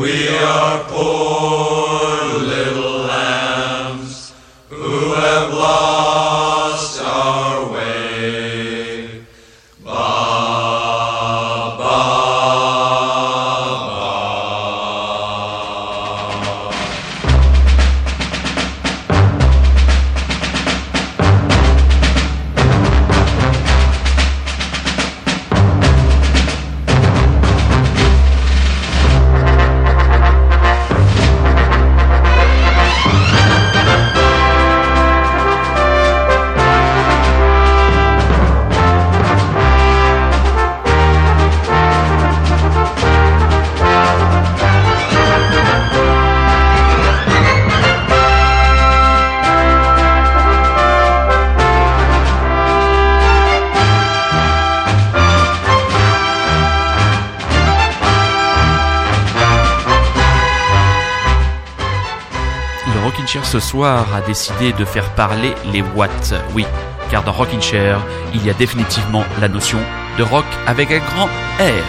We are poor little lambs who have lost our way. Ba, ba, ba. Ce soir a décidé de faire parler les watts. Oui, car dans Rockin' Chair, il y a définitivement la notion de rock avec un grand R.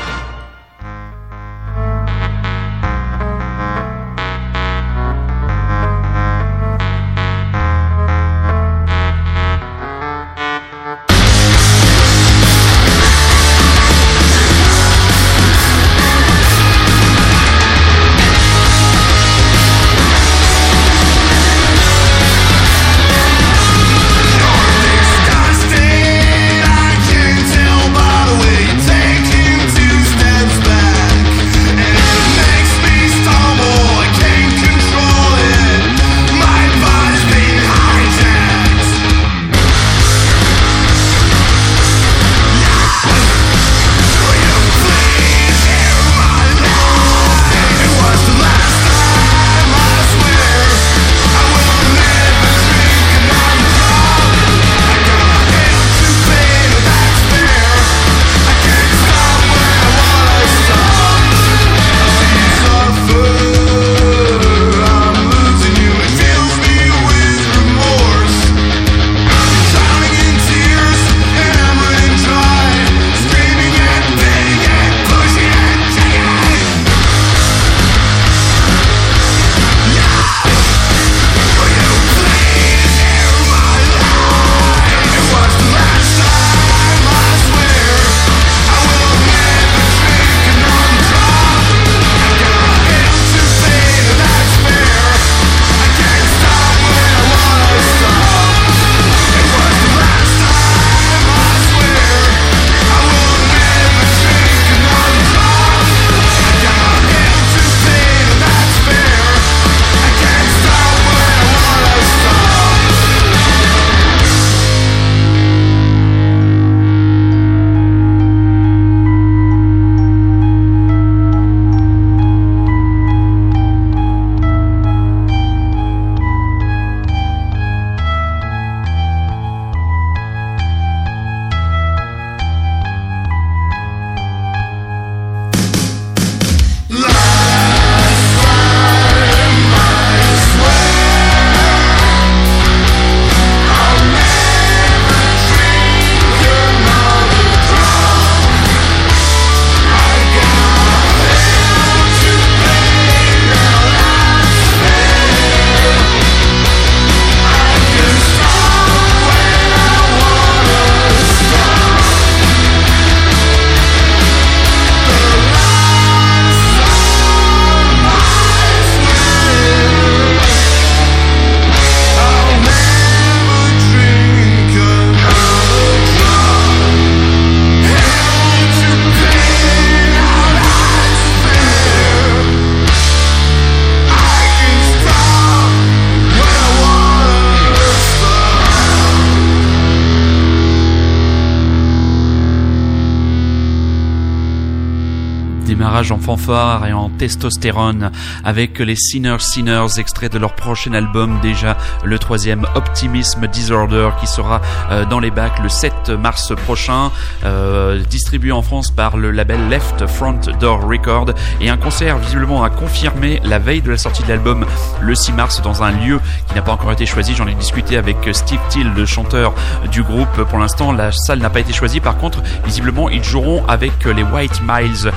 démarrage en fanfare et en testostérone avec les Sinners, extrait de leur prochain album, déjà le 3e, Optimism Disorder, qui sera dans les bacs le 7 mars prochain, distribué en France par le label Left Front Door Record, et un concert visiblement à confirmer la veille de la sortie de l'album le 6 mars dans un lieu qui n'a pas encore été choisi. J'en ai discuté avec Steve Till, le chanteur du groupe. Pour l'instant, la salle n'a pas été choisie. Par contre, visiblement, ils joueront avec les White Miles, un duo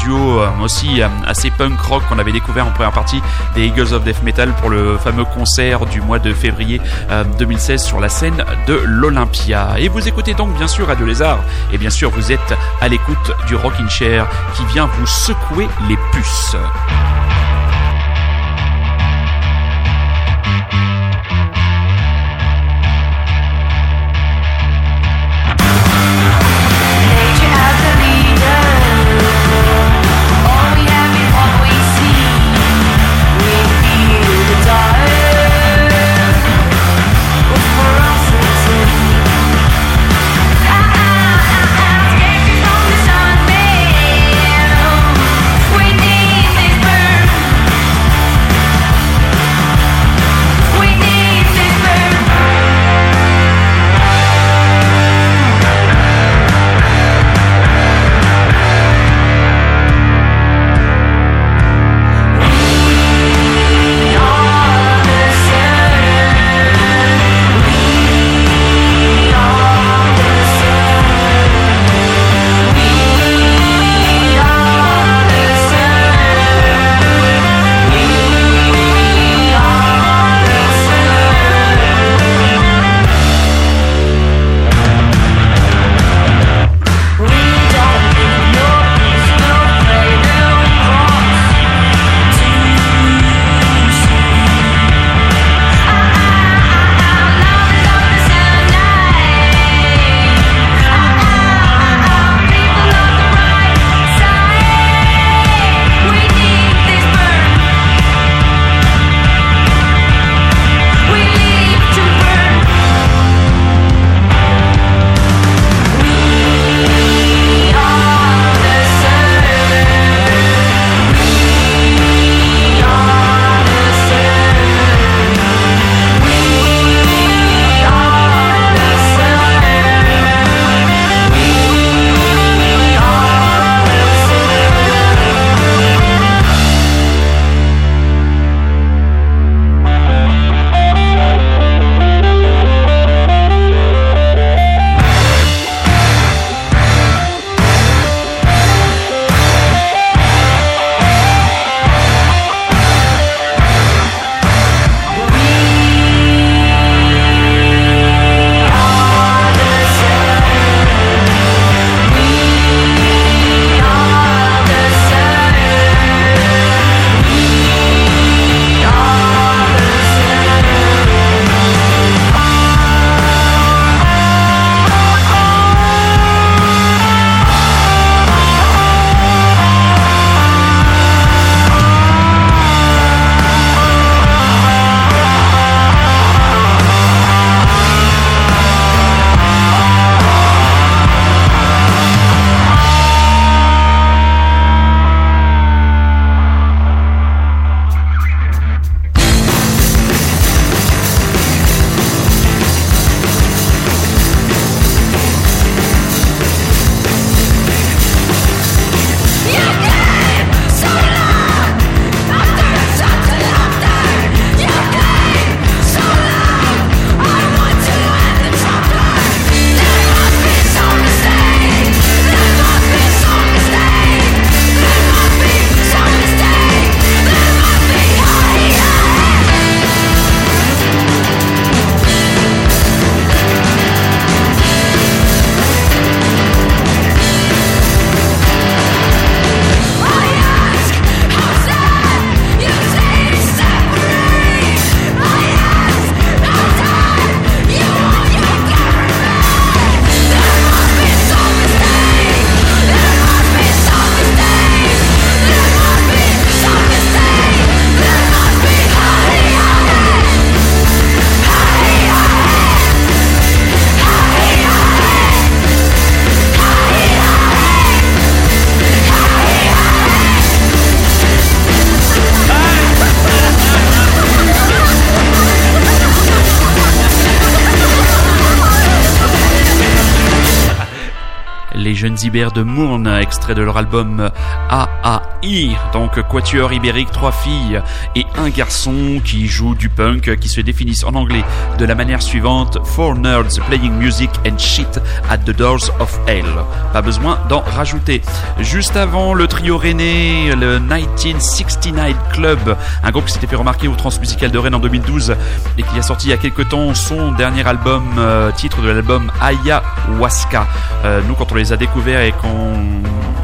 duo aussi assez punk rock qu'on avait découvert en première partie des Eagles of Death Metal pour le fameux concert du mois de février 2016 sur la scène de l'Olympia. Et vous écoutez donc bien sûr Radio Lézard, et bien sûr vous êtes à l'écoute du Rockin' Chair qui vient vous secouer les puces. We need this bird. les jeunes Ibères de Mourne, extrait de leur album AAI, donc quatuor ibérique, 3 filles et un garçon qui jouent du punk, qui se définissent en anglais de la manière suivante: Four nerds playing music and shit at the doors of hell. Pas besoin d'en rajouter. Juste avant, le trio rennais, le 1969 Club, un groupe qui s'était fait remarquer au Transmusical de Rennes en 2012 et qui a sorti il y a quelques temps son dernier album, titre de l'album Ayahuasca. Nous, quand on les a découverts et qu'on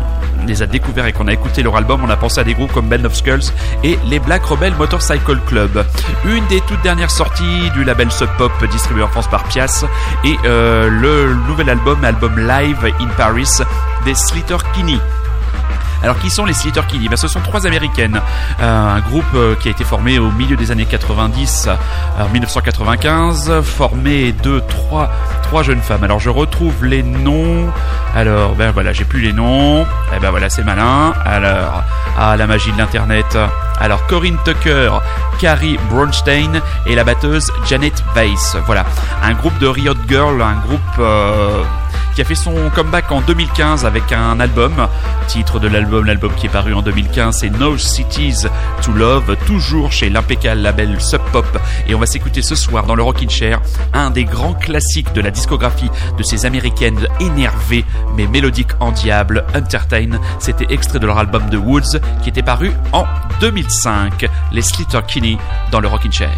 a écouté leur album, on a pensé à des groupes comme Band of Skulls et les Black Rebel Motorcycle Club. Une des toutes dernières sorties du label Sub Pop distribué en France par Pias, et le nouvel album Live in Paris des Sleater-Kinney. Alors, qui sont les Sleater-Kinney? Ce sont 3 américaines, un groupe qui a été formé au milieu des années 90, en 1995, formé de 3 jeunes femmes. Alors, je retrouve les noms. Alors, voilà, j'ai plus les noms. Voilà, c'est malin. Alors, la magie de l'internet. Alors, Corinne Tucker, Carrie Bronstein et la batteuse Janet Weiss. Voilà, un groupe de Riot Girl, un groupe qui a fait son comeback en 2015 avec un album. Titre de l'album qui est paru en 2015, c'est No Cities to Love, toujours chez l'impeccable label Sub Pop. Et on va s'écouter ce soir dans le Rockin' Chair un des grands classiques de la discographie de ces américaines énervées mais mélodiques en diable, Entertain. C'était extrait de leur album The Woods qui était paru en 2005. Les Sleater-Kinney dans le Rockin' Chair.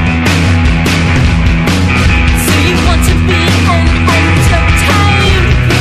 So you want to be an entertainer?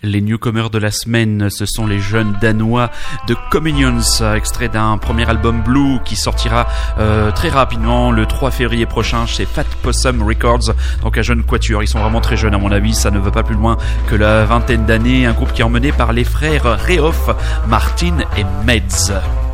Les newcomers de la semaine, ce sont les jeunes danois de Communions, extrait d'un premier album Blue qui sortira très rapidement le 3 février prochain chez Fat Possum Records. Donc un jeune quatuor, ils sont vraiment très jeunes à mon avis, ça ne va pas plus loin que la vingtaine d'années, un groupe qui est emmené par les frères Rehoff, Martin et Meds.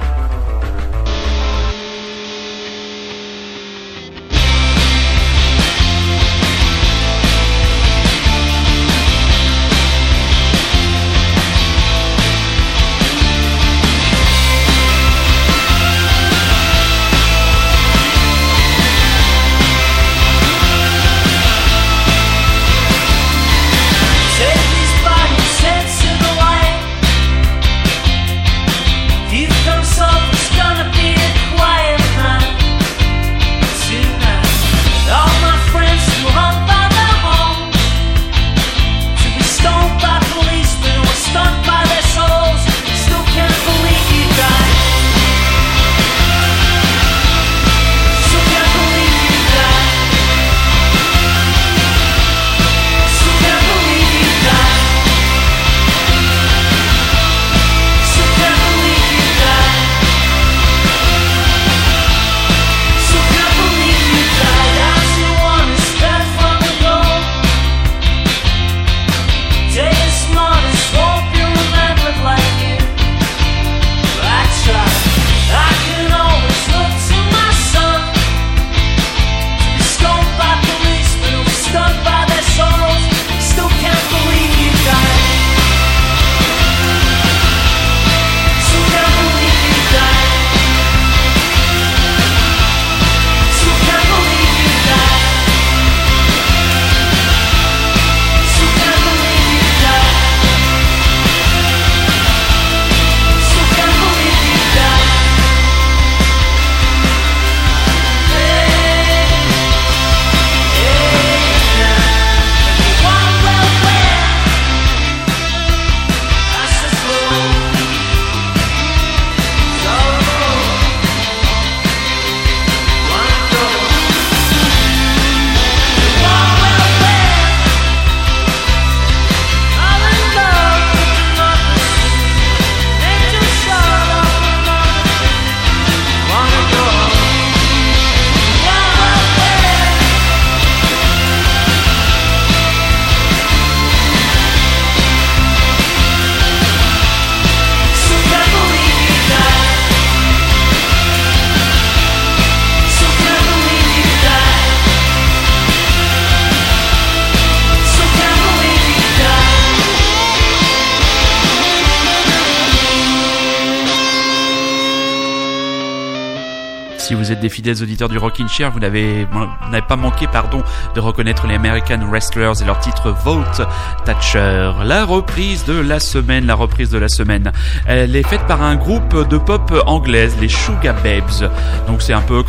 Si vous êtes des fidèles auditeurs du Rockin' Chair, vous n'avez pas manqué de reconnaître les American Wrestlers et leur titre Vault Thatcher. La reprise de la semaine, elle est faite par un groupe de pop anglaise, les Sugar Babes. Donc c'est un peu,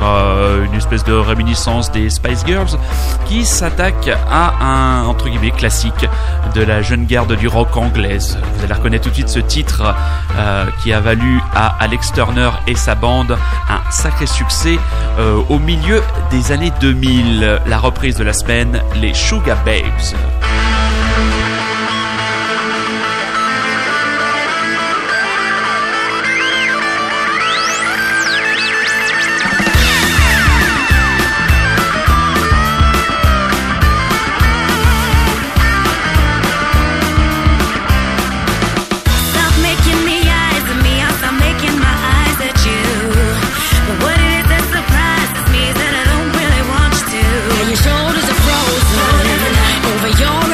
une espèce de réminiscence des Spice Girls qui s'attaque à un, entre guillemets, classique de la jeune garde du rock anglaise. Vous allez reconnaître tout de suite ce titre qui a valu à Alex Turner et sa bande un sacré succès au milieu des années 2000. La reprise de la semaine, les Sugar Babes. Your shoulders are frozen over your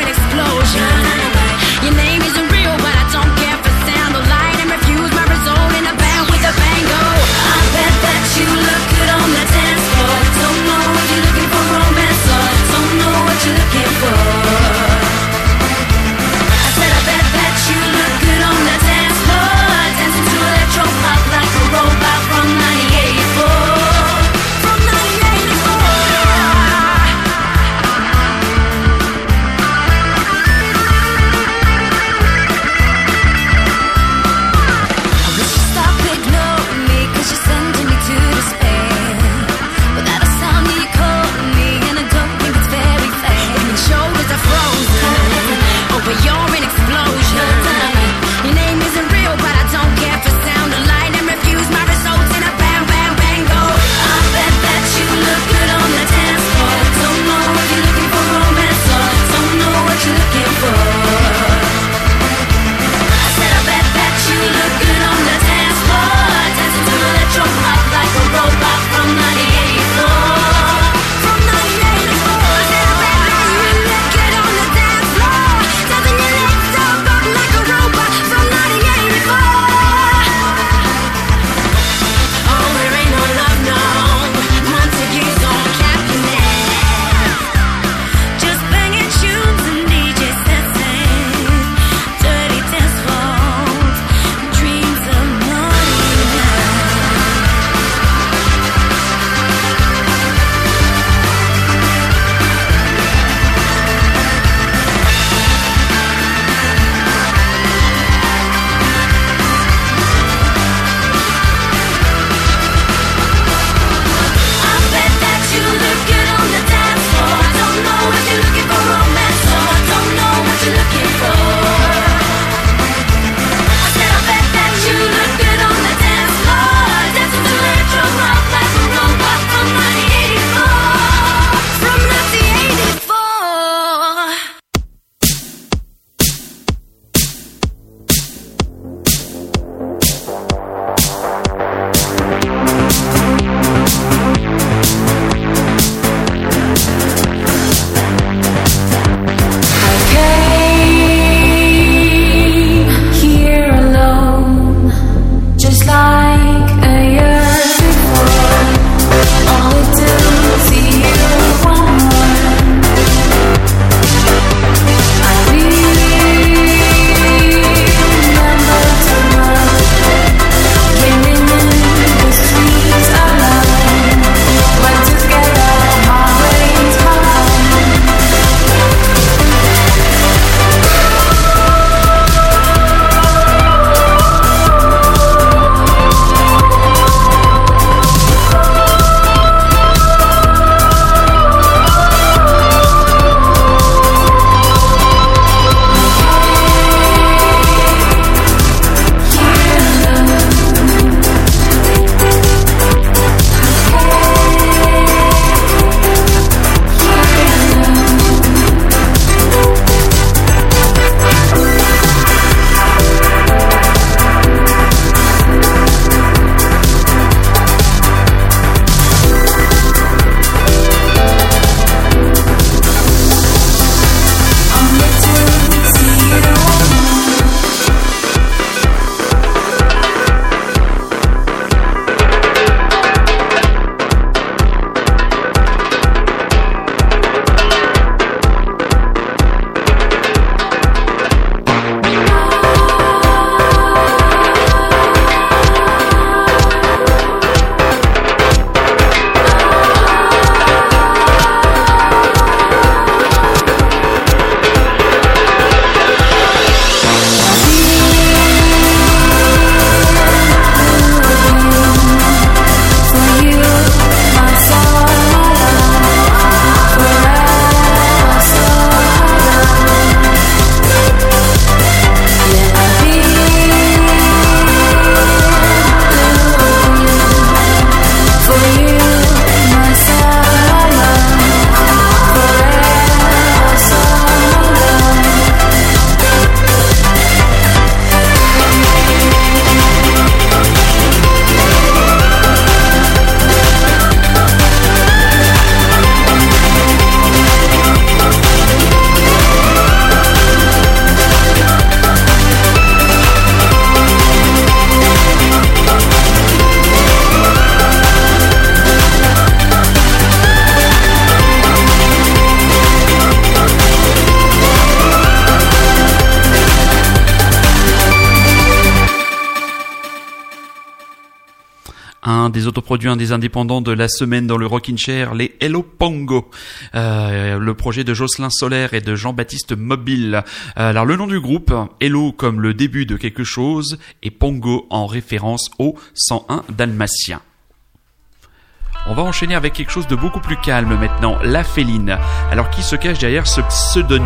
Un des autoproduits, un des indépendants de la semaine dans le Rockin' Chair, les Hello Pongo. Le projet de Jocelyn Solaire et de Jean-Baptiste Mobile. Alors le nom du groupe, Hello comme le début de quelque chose et Pongo en référence au 101 dalmatien. On va enchaîner avec quelque chose de beaucoup plus calme maintenant, La Féline. Alors qui se cache derrière ce pseudonyme ?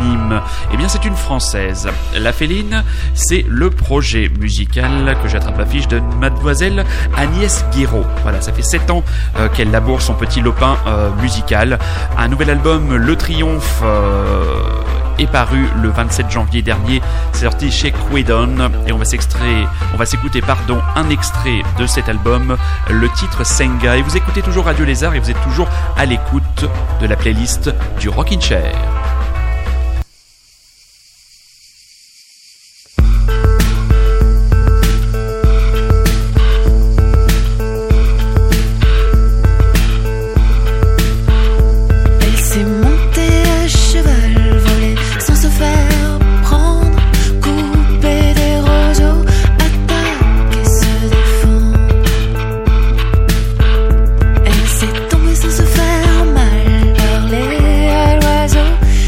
Eh bien c'est une Française. La Féline, c'est le projet musical que j'attrape la fiche de mademoiselle Agnès Guéraud. Voilà, ça fait 7 ans qu'elle laboure son petit lopin musical. Un nouvel album, Le Triomphe, est paru le 27 janvier dernier. C'est sorti chez Quaidon et on va s'écouter un extrait de cet album, le titre Senga. Et vous écoutez toujours Radio Lézard et vous êtes toujours à l'écoute de la playlist du Rockin' Chair. Elle s'est tombée sans se faire mal, hurler à l'oiseau.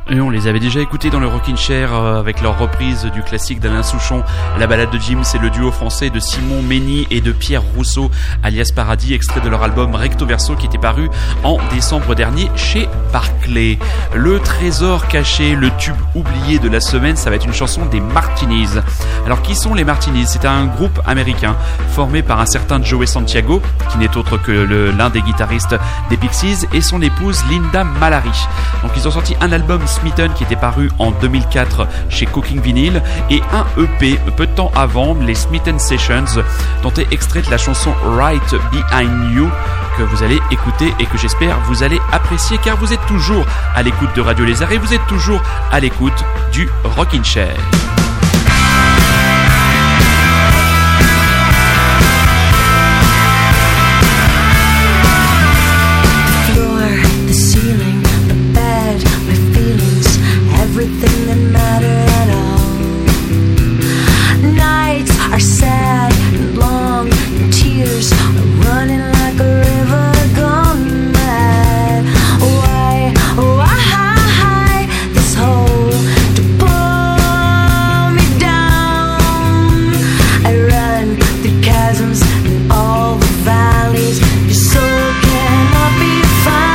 Et on les avait déjà écoutés dans le Rockin' Chair avec leur reprise du classique d'Alain Souchon, La balade de Jim. C'est le duo français de Simon Mény et de Pierre Rousseau, alias Paradis, extrait de leur album Recto Verso qui était paru en décembre dernier chez Barclay. Le trésor caché, le tube oublié de la semaine, ça va être une chanson des Martinis. Alors qui sont les Martinis? C'est un groupe américain formé par un certain Joey Santiago, qui n'est autre que l'un des guitaristes des Pixies, et son épouse Linda Malary. Donc ils ont sorti un album Smitten qui était paru en 2004 chez Cooking Vinyl et un EP peu de temps avant, les Smitten Sessions, dont est extraite la chanson Right Behind You que vous allez écouter et que j'espère vous allez apprécier car vous êtes toujours à l'écoute de Radio Lézard et vous êtes toujours à l'écoute du Rockin' Chair. Everything that mattered at all. Nights are sad and long, and tears are running like a river gone mad. Why this hole to pull me down? I run through chasms and all the valleys. Your soul cannot be found.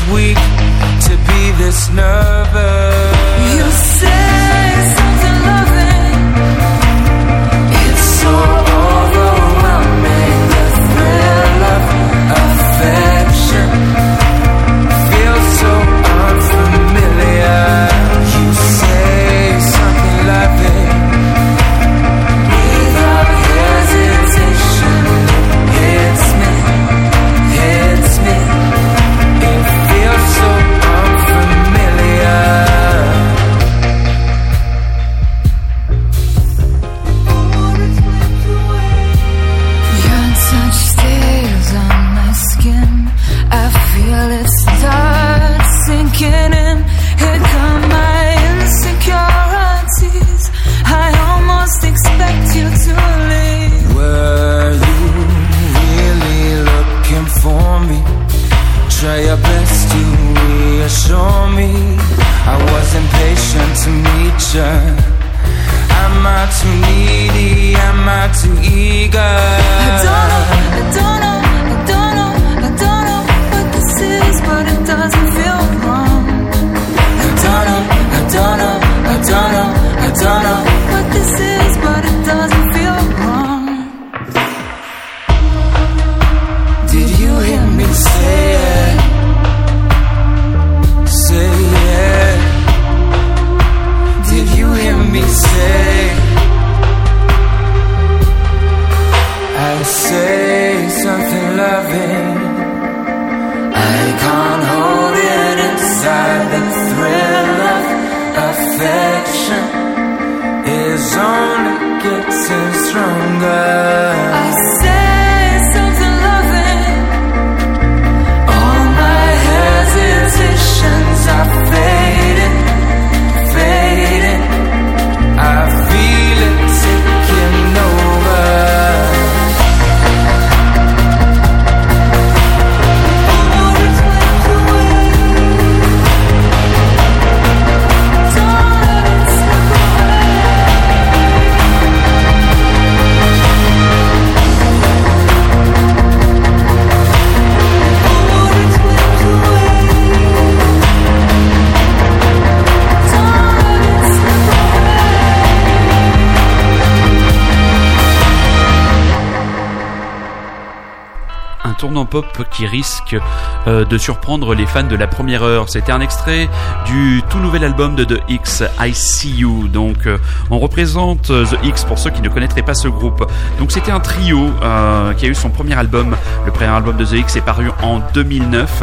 weak to be this nervous. You say something loving. It's so overwhelming. The thrill of affection feels so unfamiliar. You say something loving without hesitation. Hits me. It feels so unfamiliar. Your touch stays on my skin. I feel it start sinking in. Here come my insecurities. I almost expect you to leave. Were you really looking for me? Try your best to reassure me. I was impatient to meet you. Am I too needy? Am I too eager? I don't know what this is, but it doesn't feel wrong. I don't know What this is, but it doesn't feel wrong. Did you hear me say it? Say it. Did you hear me say? I say something loving. I can't hold it inside. The thrill of affection is only getting stronger. I say something loving. All my hesitations are fading. I feel it taking over. Tournant pop qui risque de surprendre les fans de la première heure. C'était un extrait du tout nouvel album de The X, I See You. Donc on représente The X pour ceux qui ne connaîtraient pas ce groupe. Donc c'était un trio qui a eu son premier album. Le premier album de The X est paru en 2009.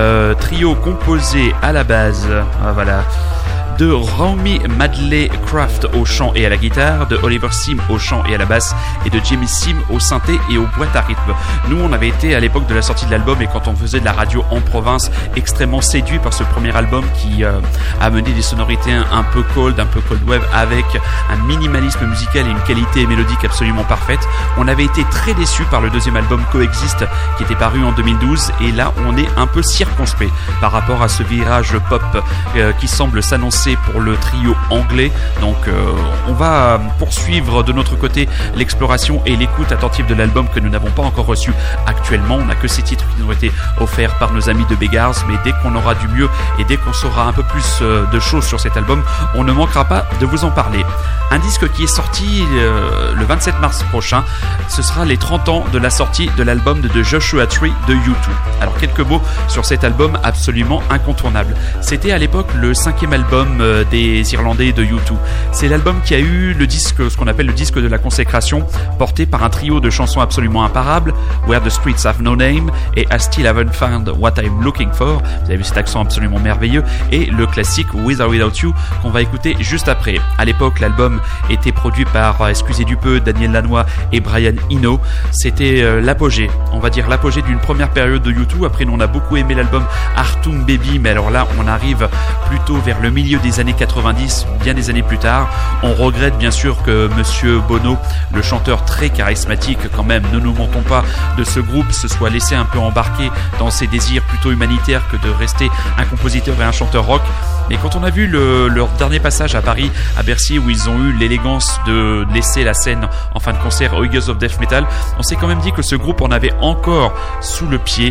Trio composé à la base, voilà, de Rami Madley Craft au chant et à la guitare, de Oliver Sim au chant et à la basse, et de Jamie Sim au synthé et aux boîtes à rythme. Nous, on avait été à l'époque de la sortie de l'album et quand on faisait de la radio en province, extrêmement séduit par ce premier album qui a amené des sonorités un peu cold wave avec un minimalisme musical et une qualité mélodique absolument parfaite. On avait été très déçus par le deuxième album Coexist qui était paru en 2012 et là, on est un peu circonspect par rapport à ce virage pop qui semble s'annoncer pour le trio anglais. Donc on va poursuivre de notre côté l'exploration et l'écoute attentive de l'album que nous n'avons pas encore reçu actuellement. On n'a que ces titres qui nous ont été offerts par nos amis de Beggars, mais dès qu'on aura du mieux et dès qu'on saura un peu plus de choses sur cet album, on ne manquera pas de vous en parler. Un disque qui est sorti le 27 mars prochain, ce sera les 30 ans de la sortie de l'album de Joshua Tree de U2. Alors quelques mots sur cet album absolument incontournable. C'était à l'époque le 5e album des Irlandais de U2. C'est l'album qui a eu le disque, ce qu'on appelle le disque de la consécration, porté par un trio de chansons absolument imparables, Where the Streets Have No Name et I Still Haven't Found What I'm Looking For. Vous avez vu cet accent absolument merveilleux, et le classique With or Without You qu'on va écouter juste après. À l'époque, l'album était produit par, excusez du peu, Daniel Lanois et Brian Eno. C'était l'apogée, on va dire l'apogée d'une première période de U2. Après, nous on a beaucoup aimé l'album Artung Baby, mais alors là, on arrive plutôt vers le milieu des années 90, bien des années plus tard. On regrette bien sûr que Monsieur Bono, le chanteur très charismatique quand même, ne nous mentons pas, de ce groupe, se soit laissé un peu embarquer dans ses désirs plutôt humanitaires que de rester un compositeur et un chanteur rock. Mais quand on a vu leur dernier passage à Paris, à Bercy, où ils ont eu l'élégance de laisser la scène en fin de concert au Eagles of Death Metal, on s'est quand même dit que ce groupe en avait encore sous le pied.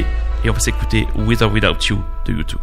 et on va s'écouter With or Without You de U2.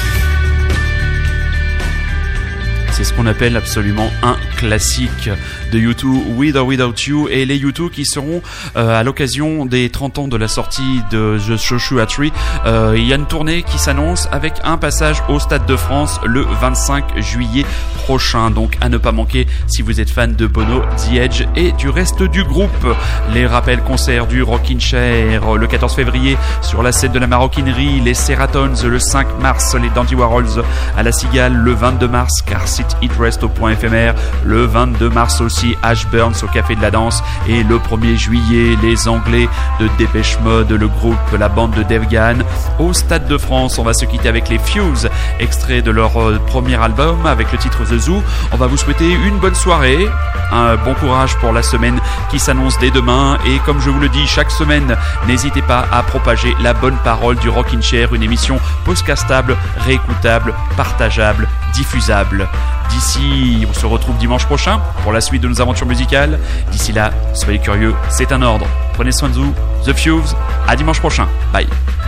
qu'on appelle absolument un classique de U2, With or Without You, et les U2 qui seront à l'occasion des 30 ans de la sortie de The Joshua Tree. Il y a une tournée qui s'annonce avec un passage au Stade de France le 25 juillet prochain, donc à ne pas manquer si vous êtes fan de Bono, The Edge et du reste du groupe. Les rappels concerts du Rockin' Chair le 14 février sur la scène de la Maroquinerie, les Seratones le 5 mars, les Dandy Warhols à la Cigale le 22 mars, Car Sit Eat Rest au Point éphémère le 22 mars aussi, Ash Burns au Café de la Danse, et le 1er juillet les Anglais de Dépêche Mode, le groupe, la bande de Dave Gahan au Stade de France. On va se quitter avec les Fuse, extrait de leur premier album avec le titre The Zoo. On va vous souhaiter une bonne soirée, un bon courage pour la semaine qui s'annonce dès demain, et comme je vous le dis chaque semaine, n'hésitez pas à propager la bonne parole du Rockin' Chair, une émission podcastable, réécoutable, partageable, diffusable. D'ici, on se retrouve dimanche prochain pour la suite de nos aventures musicales. D'ici là, soyez curieux, c'est un ordre. Prenez soin de vous, The Fuse, à dimanche prochain. Bye.